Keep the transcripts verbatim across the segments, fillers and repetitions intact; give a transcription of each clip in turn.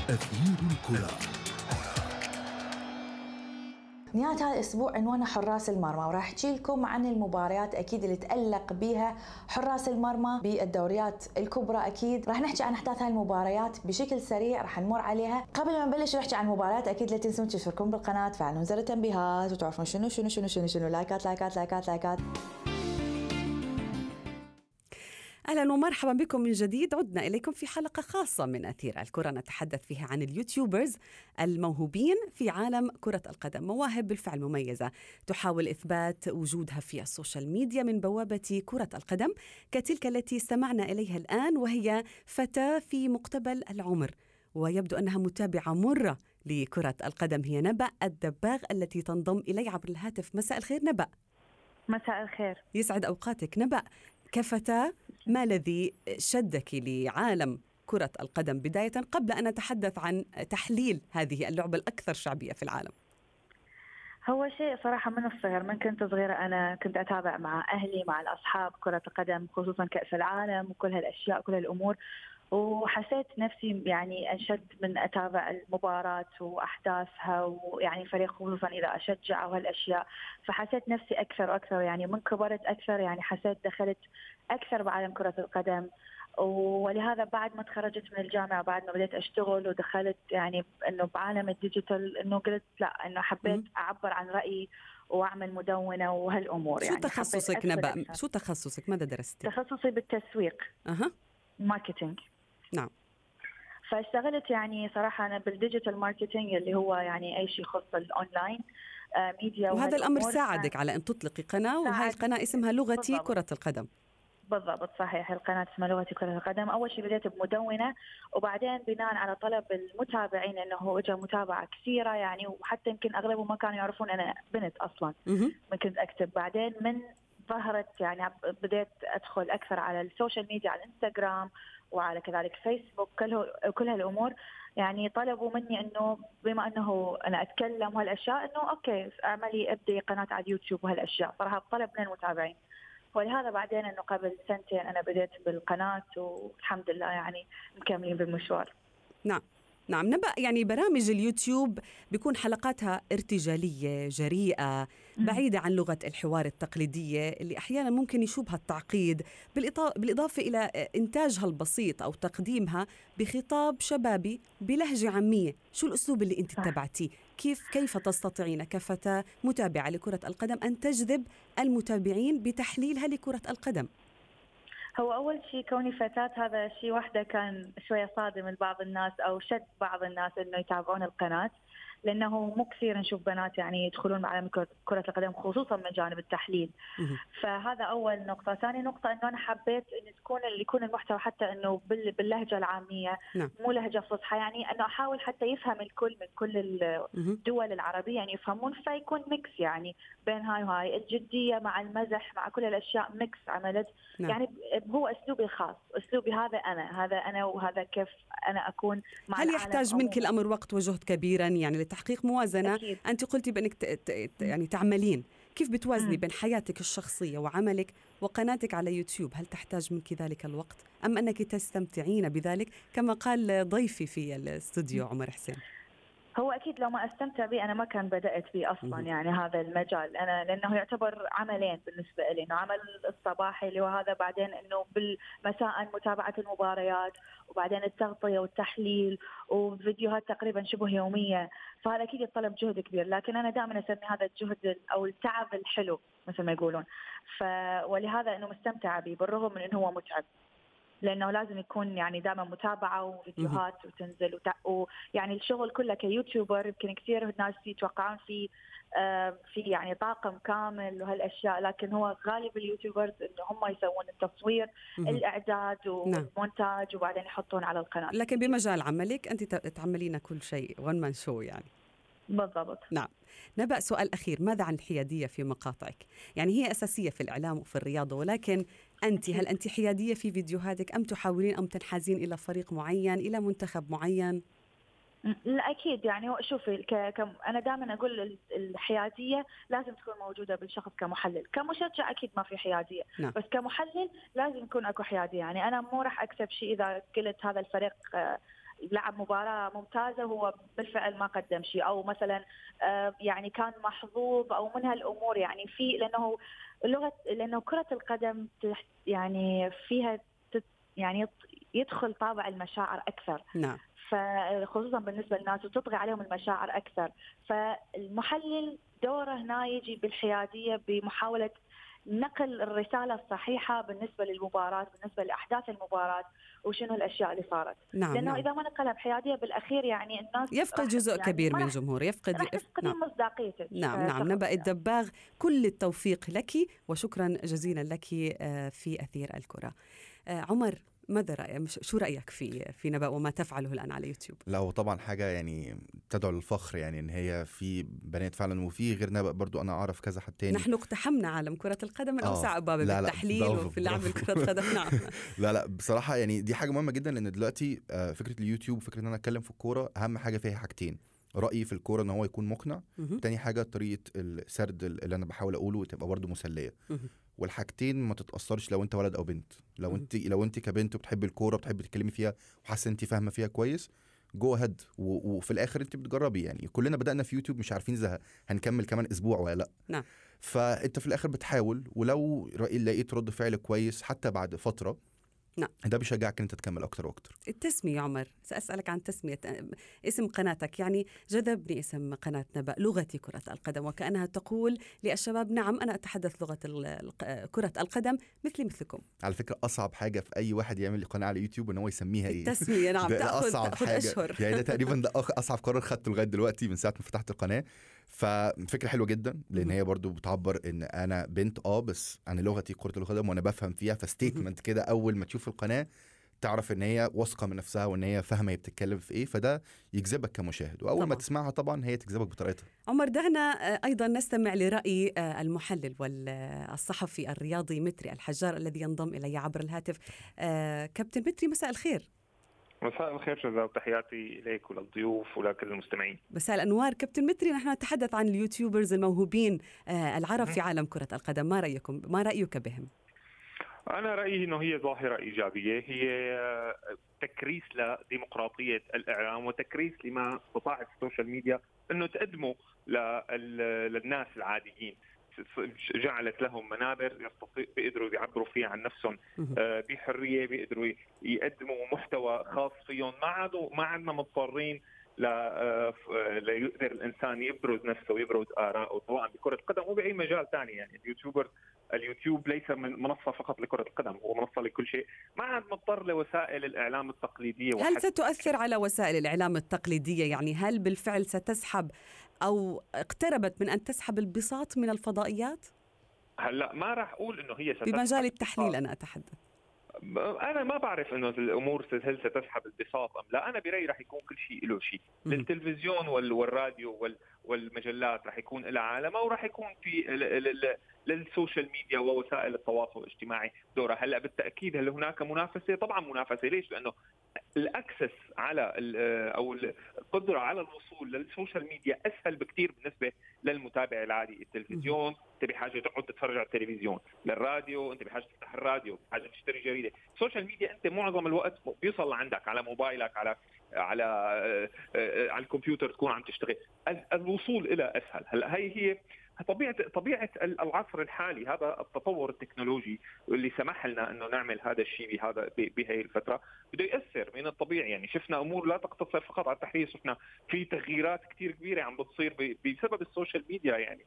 أثير الكرة. نهاية هذا الأسبوع عنوانها حراس المرمى، وراح أحكي لكم عن المباريات أكيد اللي تألق بها حراس المرمى بالدوريات الكبرى. أكيد راح نحكي عن أحداث هاي المباريات بشكل سريع، راح نمر عليها. قبل ما نبلش نحكي عن المباريات أكيد لا تنسون تشتركون بالقناة، تفعلون زر التنبيهات، وتعرفون شنو شنو شنو شنو شنو لايكات لايكات لايكات لايكات. أهلا ومرحبا بكم من جديد. عدنا إليكم في حلقة خاصة من أثير الكرة نتحدث فيها عن اليوتيوبرز الموهوبين في عالم كرة القدم. مواهب بالفعل مميزة تحاول إثبات وجودها في السوشيال ميديا من بوابة كرة القدم كتلك التي استمعنا إليها الآن، وهي فتاة في مقتبل العمر ويبدو أنها متابعة مرة لكرة القدم. هي نبأ الدباغ التي تنضم إلي عبر الهاتف. مساء الخير نبأ. مساء الخير. يسعد أوقاتك نبأ. كفتاة ما الذي شدك لعالم كرة القدم بداية قبل أن نتحدث عن تحليل هذه اللعبة الأكثر شعبية في العالم؟ هو شيء صراحة من الصغر، من كنت صغيرة أنا كنت أتابع مع أهلي مع الأصحاب كرة القدم، خصوصا كأس العالم وكل هالأشياء كل هالأمور، وحسيت نفسي يعني أنشد من أتابع المباراة وأحداثها، ويعني فريق خصوصا إذا أشجع وهالأشياء، فحسيت نفسي أكثر وأكثر. يعني من كبرت أكثر يعني حسيت دخلت أكثر بعالم كرة القدم، ولهذا بعد ما تخرجت من الجامعة بعد ما بديت أشتغل ودخلت يعني إنه بعالم الديجيتال، إنه قلت لا إنه حبيت أعبر عن رأيي وأعمل مدونة وهالأمور. شو يعني تخصصك نبأ؟ شو تخصصك؟ ماذا درستي؟ تخصصي بالتسويق. أها. ماركتينج. نعم. فاشتغلت يعني صراحة أنا بالديجيتال ماركتينج اللي هو يعني أي شيء يخص الأونلاين آه ميديا، وهذا الأمر ساعدك على أن تطلقي قناة، وهاي القناة اسمها لغتي بالضبط. كرة القدم. بالضبط صحيح، القناة اسمها لغتي كرة القدم. أول شيء بديت بمدونة، وبعدين بناء على طلب المتابعين إنه هو إجا متابعة كثيرة يعني، وحتى يمكن أغلبهم ما كانوا يعرفون أنا بنت أصلاً من كنت أكتب. بعدين من ظهرت يعني بديت أدخل أكثر على السوشيال ميديا، على الإنستغرام وعلى كذلك فيسبوك، كل كل هالأمور. يعني طلبوا مني إنه بما إنه أنا أتكلم وهالأشياء إنه أوكي اعملي ابدي قناة على اليوتيوب وهالأشياء. صراحة طلب من المتابعين، ولهذا بعدين إنه قبل سنتين أنا بديت بالقناة والحمد لله يعني مكملين بالمشوار. نعم نعم نبأ. يعني برامج اليوتيوب بيكون حلقاتها ارتجالية جريئة بعيدة عن لغة الحوار التقليدية اللي أحيانا ممكن يشوبها التعقيد، بالإضافة إلى إنتاجها البسيط أو تقديمها بخطاب شبابي بلهجة عامية. شو الأسلوب اللي أنت اتبعتيه؟ كيف كيف تستطيعين كفتاة متابعة لكرة القدم أن تجذب المتابعين بتحليلها لكرة القدم؟ هو أول شيء كوني فتاة، هذا شيء واحدة كان شوية صادم لبعض الناس أو شد بعض الناس إنه يتابعون القناة، لأنه مو كثير نشوف بنات يعني يدخلون بعالم كرة القدم خصوصا من جانب التحليل. فهذا أول نقطة. ثاني نقطة إنه أنا حبيت إن تكون اللي يكون المحتوى حتى إنه باللهجة العامية، نعم. مو لهجة فصحى، يعني إنه أحاول حتى يفهم الكل من كل الدول العربية يعني يفهمون، فيكون ميكس يعني بين هاي وهاي، الجدية مع المزح مع كل الأشياء ميكس عملت. نعم. يعني هو أسلوبي الخاص، أسلوبي هذا أنا هذا أنا وهذا كيف أنا أكون مع هل يحتاج منك الأمر وقت وجهد كبيرا يعني لتحقيق موازنة؟ أكيد. أنت قلتي بأنك ت... ت... يعني تعملين، كيف بتوازني بين حياتك الشخصية وعملك وقناتك على يوتيوب؟ هل تحتاج منك ذلك الوقت أم أنك تستمتعين بذلك كما قال ضيفي في الاستوديو عمر حسين؟ هو أكيد لو ما أستمتع به أنا ما كان بدأت به أصلا يعني هذا المجال أنا، لأنه يعتبر عملين بالنسبة لي، إنه عمل الصباحي اللي هو هذا، بعدين إنه بالمساء متابعة المباريات، وبعدين التغطية والتحليل وفيديوهات تقريبا شبه يومية. فهذا أكيد يتطلب جهد كبير، لكن أنا دائما أسمي هذا الجهد أو التعب الحلو مثل ما يقولون. ف ولهذا إنه مستمتعة به بالرغم من إنه هو متعب، لأنه لازم يكون يعني دائما متابعة وفيديوهات وتنزل وتع... ويعني الشغل كله كيوتيوبر يمكن كثير الناس يتوقعون في آه في يعني طاقم كامل وهالأشياء، لكن هو غالب اليوتيوبرز إنه هم يسوون التصوير مه. الإعداد والمونتاج وبعدين يحطون على القناة. لكن بمجال عملك أنت تعملين كل شيء وان مان شو يعني. بالضبط. نعم. نبأ سؤال أخير، ماذا عن الحيادية في مقاطعك؟ يعني هي أساسية في الإعلام وفي الرياضة، ولكن أنت هل أنت حيادية في فيديوهاتك أم تحاولين أم تنحازين إلى فريق معين إلى منتخب معين؟ لا أكيد يعني شوفي ك... ك... أنا دائما أقول الحيادية لازم تكون موجودة بالشخص كمحلل. كمشجع أكيد ما في حيادية، نعم. بس كمحلل لازم يكون أكو حيادية. يعني أنا مو راح أكسب شيء إذا قلت هذا الفريق لعب مباراة ممتازة وهو بالفعل ما قدم شيء، أو مثلا يعني كان محظوظ أو من هالأمور. يعني في لأنه اللغة لأنه كرة القدم يعني فيها يعني يدخل طابع المشاعر أكثر. نعم. فخصوصا بالنسبة للناس وتطغى عليهم المشاعر أكثر. فالمحلل دوره هنا يجي بالحيادية بمحاولة نقل الرسالة الصحيحة بالنسبة للمباراة، بالنسبة لأحداث المباراة وشنو الأشياء اللي صارت. نعم. لأنه نعم. إذا ما نقلها بحيادية بالأخير يعني الناس يفقد جزء يعني كبير من الجمهور، يفقد راح تفقدين نعم. مصداقيتك. نعم نعم. نبأ الدباغ، كل التوفيق لك وشكرا جزيلا لك في أثير الكرة. عمر، ماذا رأيك؟ شو رأيك في في نبأ وما تفعله الآن على يوتيوب؟ لا هو طبعا حاجة يعني تدعو للفخر، يعني ان هي في بنات فعلا، وفي غير نبأ برضو انا اعرف كذا حد تاني. نحن اقتحمنا عالم كرة القدم من اوسع ابواب بالتحليل وفي لعب كرة القدم. نعم. لا لا بصراحة يعني دي حاجة مهمة جدا، لان دلوقتي فكرة اليوتيوب، فكرة ان انا اتكلم في الكورة، اهم حاجة فيها حاجتين: رأيي في الكورة ان هو يكون مقنع، تاني حاجة طريقة السرد اللي انا بحاول اقوله تبقى برضو مسلية. والحاجتين ما تتأثرش لو انت ولد او بنت. لو انت لو انت كبنت وبتحبي الكوره، بتحبي تتكلمي فيها وحاسه انت فاهمه فيها كويس، جو هيد، وفي الاخر انت بتجربي. يعني كلنا بدأنا في يوتيوب مش عارفين اذا هنكمل كمان اسبوع ولا لا. نعم. فانت في الاخر بتحاول، ولو لقيت رد فعل كويس حتى بعد فتره، نعم، ده بيشجعك ان انت تكمل اكتر واكتر. التسمية يا عمر، سأسألك عن تسمية اسم قناتك. يعني جذبني اسم قناة نبأ لغتي كرة القدم، وكأنها تقول للشباب نعم أنا أتحدث لغة كرة القدم مثلي مثلكم. على فكرة أصعب حاجة في أي واحد يعمل قناة على يوتيوب إن هو يسميها إيه؟ التسمية. نعم. تأخذ, تأخذ أشهر. يعني ده تقريبا ده أصعب قرار خدته لغاية دلوقتي من ساعة ما فتحت القناة. ففكرة حلوة جدا، لأن هي برضو بتعبر إن أنا بنت آه بس أنا لغتي كرة القدم وأنا بفهم فيها. فستيتمنت كده أول ما تشوف القناة تعرف إن هي واثقة من نفسها وإن هي فاهمة هي بتتكلم في إيه، فده يجذبك كمشاهد. وأول طبعا ما تسمعها طبعا هي تجذبك بطريقتها. عمر، دعنا أيضا نستمع لرأي المحلل والصحفي الرياضي متري الحجار الذي ينضم إلي عبر الهاتف. كابتن متري، مساء الخير. مساء الخير شذا، وتحياتي إليك وللضيوف ولكل المستمعين. مساء الأنوار. كابتن متري، نحن نتحدث عن اليوتيوبرز الموهوبين العرب في عالم كرة القدم، ما رأيكم؟ ما رأيك بهم؟ أنا رأيي أنه هي ظاهرة إيجابية، هي تكريس لديمقراطية الإعلام وتكريس لما استطاعت السوشيال ميديا أنه تقدمه للناس العاديين. جعلت لهم منابر بيقدروا يعبروا فيها عن نفسهم بحرية، بيقدروا يقدموا محتوى خاص فيهم، ما عادوا ما عادنا مضطرين لا ليقدر الإنسان يبرز نفسه ويبرز آراءه سواء بكرة القدم أو بأي مجال ثاني. يعني اليوتيوبر اليوتيوب ليس من منصة فقط لكرة القدم، هو منصة لكل شيء. ما عاد مضطر لوسائل الإعلام التقليدية. هل ستؤثر على وسائل الإعلام التقليدية؟ يعني هل بالفعل ستسحب أو اقتربت من أن تسحب البساط من الفضائيات؟ هلا ما راح أقول إنه هي ستسحب بمجال التحليل. أنا أتحدث، أنا ما بعرف إنه الأمور هل ستسحب البساط أم لا. أنا برأيي راح يكون كل شيء له شيء. للتلفزيون والراديو والمجلات راح يكون لها عالم، أو راح يكون في للسوشيال ميديا ووسائل التواصل الاجتماعي دورها. هلا بالتأكيد هل هناك منافسة؟ طبعا منافسة. ليش؟ لأنه الأكسس على أو القدرة على الوصول للسوشيال ميديا أسهل بكتير بالنسبة للمتابع العادي. التلفزيون أنت بحاجة تقعد تتفرج على التلفزيون، للراديو أنت بحاجة تفتح الراديو، بحاجة تشتري جريدة. السوشيال ميديا أنت معظم الوقت بيوصل عندك على موبايلك، على على على الكمبيوتر تكون عم تشتغل. الوصول إلى أسهل. هلا هي هي طبيعة طبيعة العصر الحالي، هذا التطور التكنولوجي اللي سمح لنا إنه نعمل هذا الشيء بهذا بهي الفترة بده يأثر من الطبيعي. يعني شفنا أمور لا تقتصر فقط على التحليل، شفنا في تغييرات كتير كبيرة عم بتصير بسبب السوشيال ميديا. يعني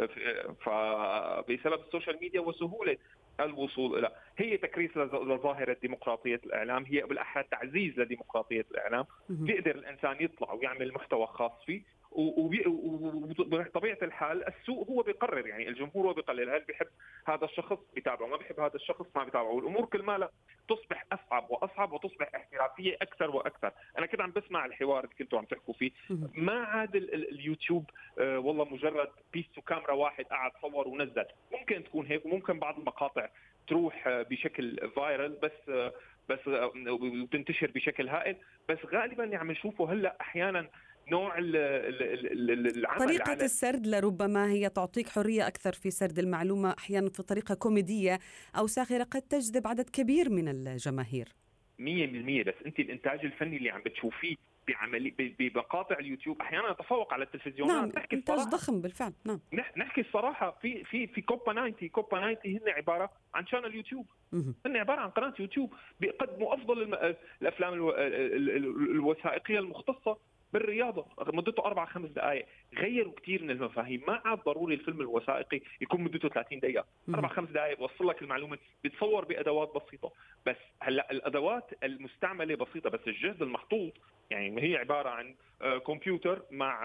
فبسبب السوشيال ميديا وسهولة الوصول إلى، هي تكريس لظاهرة ديمقراطية الإعلام، هي بالأحرى تعزيز لديمقراطية الإعلام. بيقدر الإنسان يطلع ويعمل محتوى خاص فيه، وبطبيعة الحال السوق هو بيقرر. يعني الجمهور هو بيقرر هل بيحب هذا الشخص بيتابعه، ما بيحب هذا الشخص ما بيتابعه. والأمور كل ما لا تصبح أصعب وأصعب وتصبح احترافية أكثر وأكثر. أنا كده عم بسمع الحوار اللي كنتوا عم تحكوا فيه. ما عاد اليوتيوب آه والله مجرد بيس وكاميرا واحد قاعد صور ونزل. ممكن تكون هيك، وممكن بعض المقاطع تروح آه بشكل فايرل بس آه بس آه وتنتشر بشكل هائل. بس غالبا اللي عم نشوفه هلا أحيانا نوع العمل، طريقة السرد لربما هي تعطيك حرية أكثر في سرد المعلومة، أحيانا في طريقة كوميدية أو ساخرة قد تجذب عدد كبير من الجماهير. مية بالمية، بس انت الانتاج الفني اللي عم بتشوفيه بعملي بمقاطع اليوتيوب احيانا يتفوق على التلفزيونات. نعم انتاج ضخم بالفعل. نعم نحكي الصراحه في في في كوبا تسعين كوبا تسعين هن عباره عن شانل يوتيوب، هن عباره عن قناه يوتيوب بيقدموا افضل الافلام الوثائقيه المختصه بالرياضه، مدته أربع خمس دقائق. غيروا كثير من المفاهيم، ما عاد ضروري الفيلم الوثائقي يكون مدته ثلاثين دقيقه، أربع خمس دقائق بوصل لك المعلومه، بتصور بادوات بسيطه. بس هلا الادوات المستعمله بسيطه، بس الجهد المحطوط يعني هي عباره عن كمبيوتر مع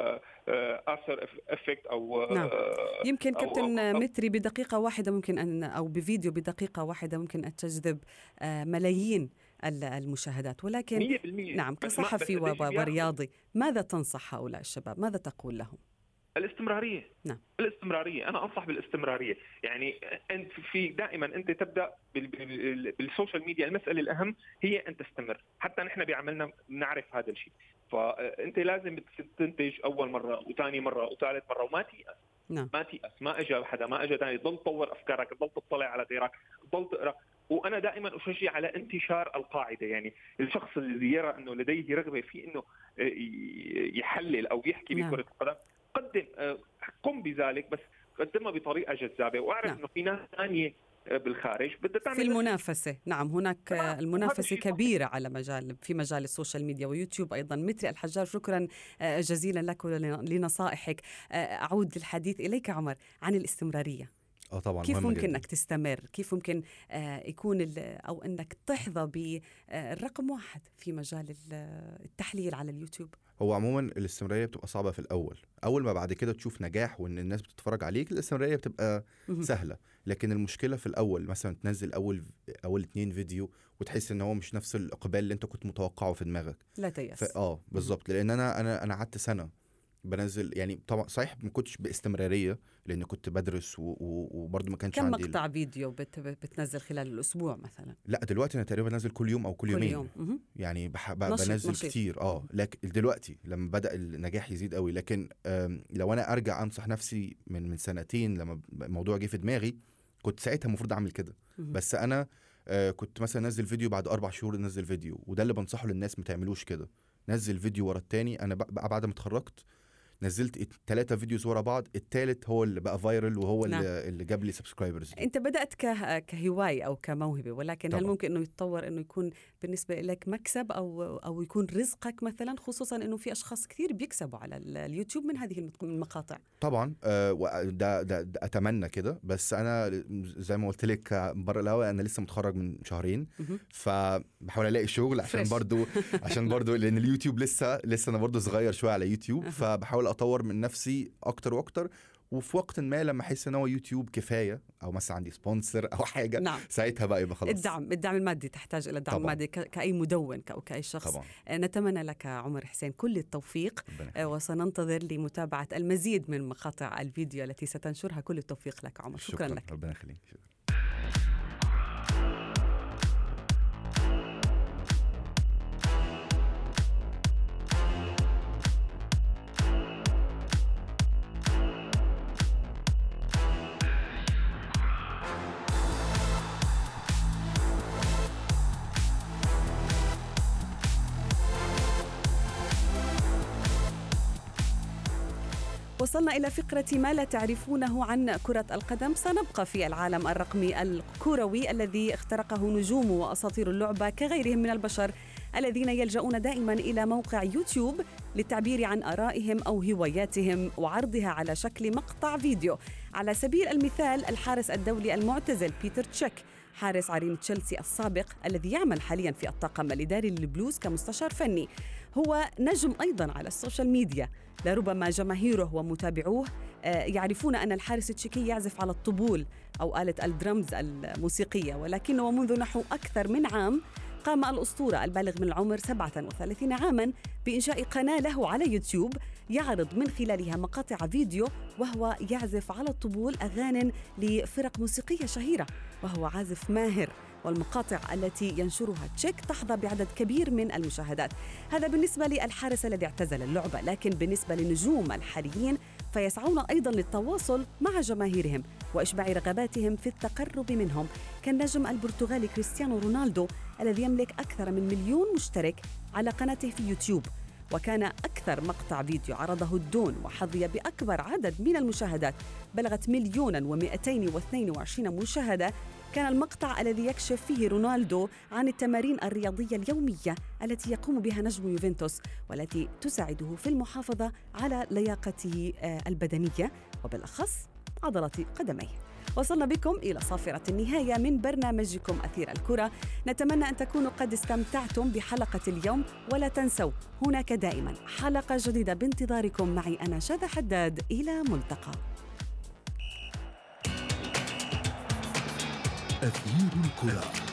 افتر افكت او نعم. يمكن كابتن متري بدقيقه واحده ممكن ان او بفيديو بدقيقه واحده ممكن ان تجذب ملايين المشاهدات، ولكن مية بالمية نعم كصحفي ورياضي ماذا تنصح هؤلاء الشباب؟ ماذا تقول لهم؟ الاستمرارية. نعم. الاستمرارية، أنا أنصح بالاستمرارية. يعني أنت في دائما أنت تبدأ بالسوشيال ميديا، المسألة الأهم هي أن تستمر. حتى نحن بعملنا نعرف هذا الشيء، فأنت لازم تنتج أول مرة وثاني مرة وثالث مرة وما تيأس. نعم. ما تيأس، ما أجا حدا، ما أجا ثاني، ضل تطور أفكارك، ضل تطلع على غيرك، ضل تقرأ. وأنا دائما أشجع على انتشار القاعدة، يعني الشخص اللي يرى أنه لديه رغبة في أنه يحلل أو يحكي نعم. بكرة القدم، قدم قم بذلك، بس قدمها بطريقة جذابة. وأعرف نعم. أنه في ناس ثانية بالخارج بدها تعمل في المنافسة. نعم هناك المنافسة كبيرة على مجال في مجال السوشيال ميديا ويوتيوب أيضا. متري الحجار، شكرا جزيلا لك لنصائحك. أعود للحديث إليك عمر عن الاستمرارية. اه طبعا كيف ممكن جداً. انك تستمر؟ كيف ممكن آه يكون او انك تحظى بالرقم واحد في مجال التحليل على اليوتيوب؟ هو عموما الاستمراريه بتبقى صعبه في الاول، اول ما بعد كده تشوف نجاح وان الناس بتتفرج عليك الاستمراريه بتبقى سهله. لكن المشكله في الاول، مثلا تنزل اول اول اتنين فيديو وتحس ان هو مش نفس الاقبال اللي انت كنت متوقعه في دماغك، لا تيأس. اه بالظبط. لان انا انا انا قعدت سنه بنزل، يعني طبعا صحيح ما كنتش باستمراريه لان كنت بدرس وبرضه ما كانش كم عندي. كم مقطع فيديو بت بتنزل خلال الاسبوع مثلا؟ لا دلوقتي انا تقريبا بنزل كل يوم او كل, كل يومين يوم. مه. يعني بح... ب... نشيط بنزل نشيط. كتير اه لكن دلوقتي لما بدا النجاح يزيد قوي. لكن لو انا ارجع انصح نفسي من من سنتين لما الموضوع جه في دماغي، كنت ساعتها المفروض اعمل كده. بس انا آه كنت مثلا انزل فيديو بعد اربع شهور انزل فيديو، وده اللي بنصحه للناس، ما تعملوش كده. نزل فيديو ورا التاني. انا بقى بعد ما اتخرجت نزلت ثلاثة فيديوز ورا بعض، الثالث هو اللي بقى فايرل وهو نعم. اللي جاب لي سبسكرايبرز. انت بدأت كه... كهواية او كموهبة، ولكن طبعا. هل ممكن انه يتطور انه يكون بالنسبة لك مكسب او او يكون رزقك مثلا، خصوصا انه في اشخاص كثير بيكسبوا على اليوتيوب من هذه المقاطع؟ طبعا آه ده, ده, ده اتمنى كده، بس انا زي ما قلت لك بره الهوا انا لسه متخرج من شهرين، فبحاول الاقي شغل عشان برضو عشان برضو لان اليوتيوب لسه لسه انا برضو صغير شوية على يوتيوب، فبحاول اطور من نفسي اكتر واكتر. وفي وقت ما لما احس ان هو يوتيوب كفايه او مثلا عندي سبونسر او حاجه، نعم. ساعتها بقى يبقى خلاص. الدعم الدعم المادي، تحتاج الى الدعم المادي كاي مدون او كاي شخص طبعا. نتمنى لك عمر حسين كل التوفيق، وسننتظر لمتابعه المزيد من مقاطع الفيديو التي ستنشرها. كل التوفيق لك عمر. شكرا, شكرا لك. ربنا يخليك. وصلنا إلى فقرة ما لا تعرفونه عن كرة القدم. سنبقى في العالم الرقمي الكروي الذي اخترقه نجوم وأساطير اللعبة كغيرهم من البشر الذين يلجؤون دائما إلى موقع يوتيوب للتعبير عن آرائهم أو هواياتهم وعرضها على شكل مقطع فيديو. على سبيل المثال الحارس الدولي المعتزل بيتر تشيك، حارس عرين تشيلسي السابق الذي يعمل حاليا في الطاقم الإداري للبلوز كمستشار فني، هو نجم أيضا على السوشيال ميديا. لربما جماهيره ومتابعوه يعرفون أن الحارس التشيكي يعزف على الطبول أو آلة الدرمز الموسيقية، ولكنه منذ نحو أكثر من عام قام الأسطورة البالغ من العمر سبعة وثلاثين عاماً بإنشاء قناة له على يوتيوب يعرض من خلالها مقاطع فيديو وهو يعزف على الطبول أغاني لفرق موسيقية شهيرة، وهو عازف ماهر. والمقاطع التي ينشرها تشيك تحظى بعدد كبير من المشاهدات. هذا بالنسبة للحارس الذي اعتزل اللعبة، لكن بالنسبة للنجوم الحاليين فيسعون أيضاً للتواصل مع جماهيرهم وإشباع رغباتهم في التقرب منهم كالنجم البرتغالي كريستيانو رونالدو الذي يملك أكثر من مليون مشترك على قناته في يوتيوب. وكان أكثر مقطع فيديو عرضه الدون وحظي بأكبر عدد من المشاهدات بلغت مليونا ومئتين واثنين وعشرين مشاهدة كان المقطع الذي يكشف فيه رونالدو عن التمارين الرياضية اليومية التي يقوم بها نجم يوفنتوس والتي تساعده في المحافظة على لياقته البدنية وبالأخص عضلة قدميه. وصلنا بكم إلى صافرة النهاية من برنامجكم أثير الكرة. نتمنى أن تكونوا قد استمتعتم بحلقة اليوم، ولا تنسوا هناك دائما حلقة جديدة بانتظاركم معي أنا شاذة حداد. إلى ملتقى. أثير الكرة.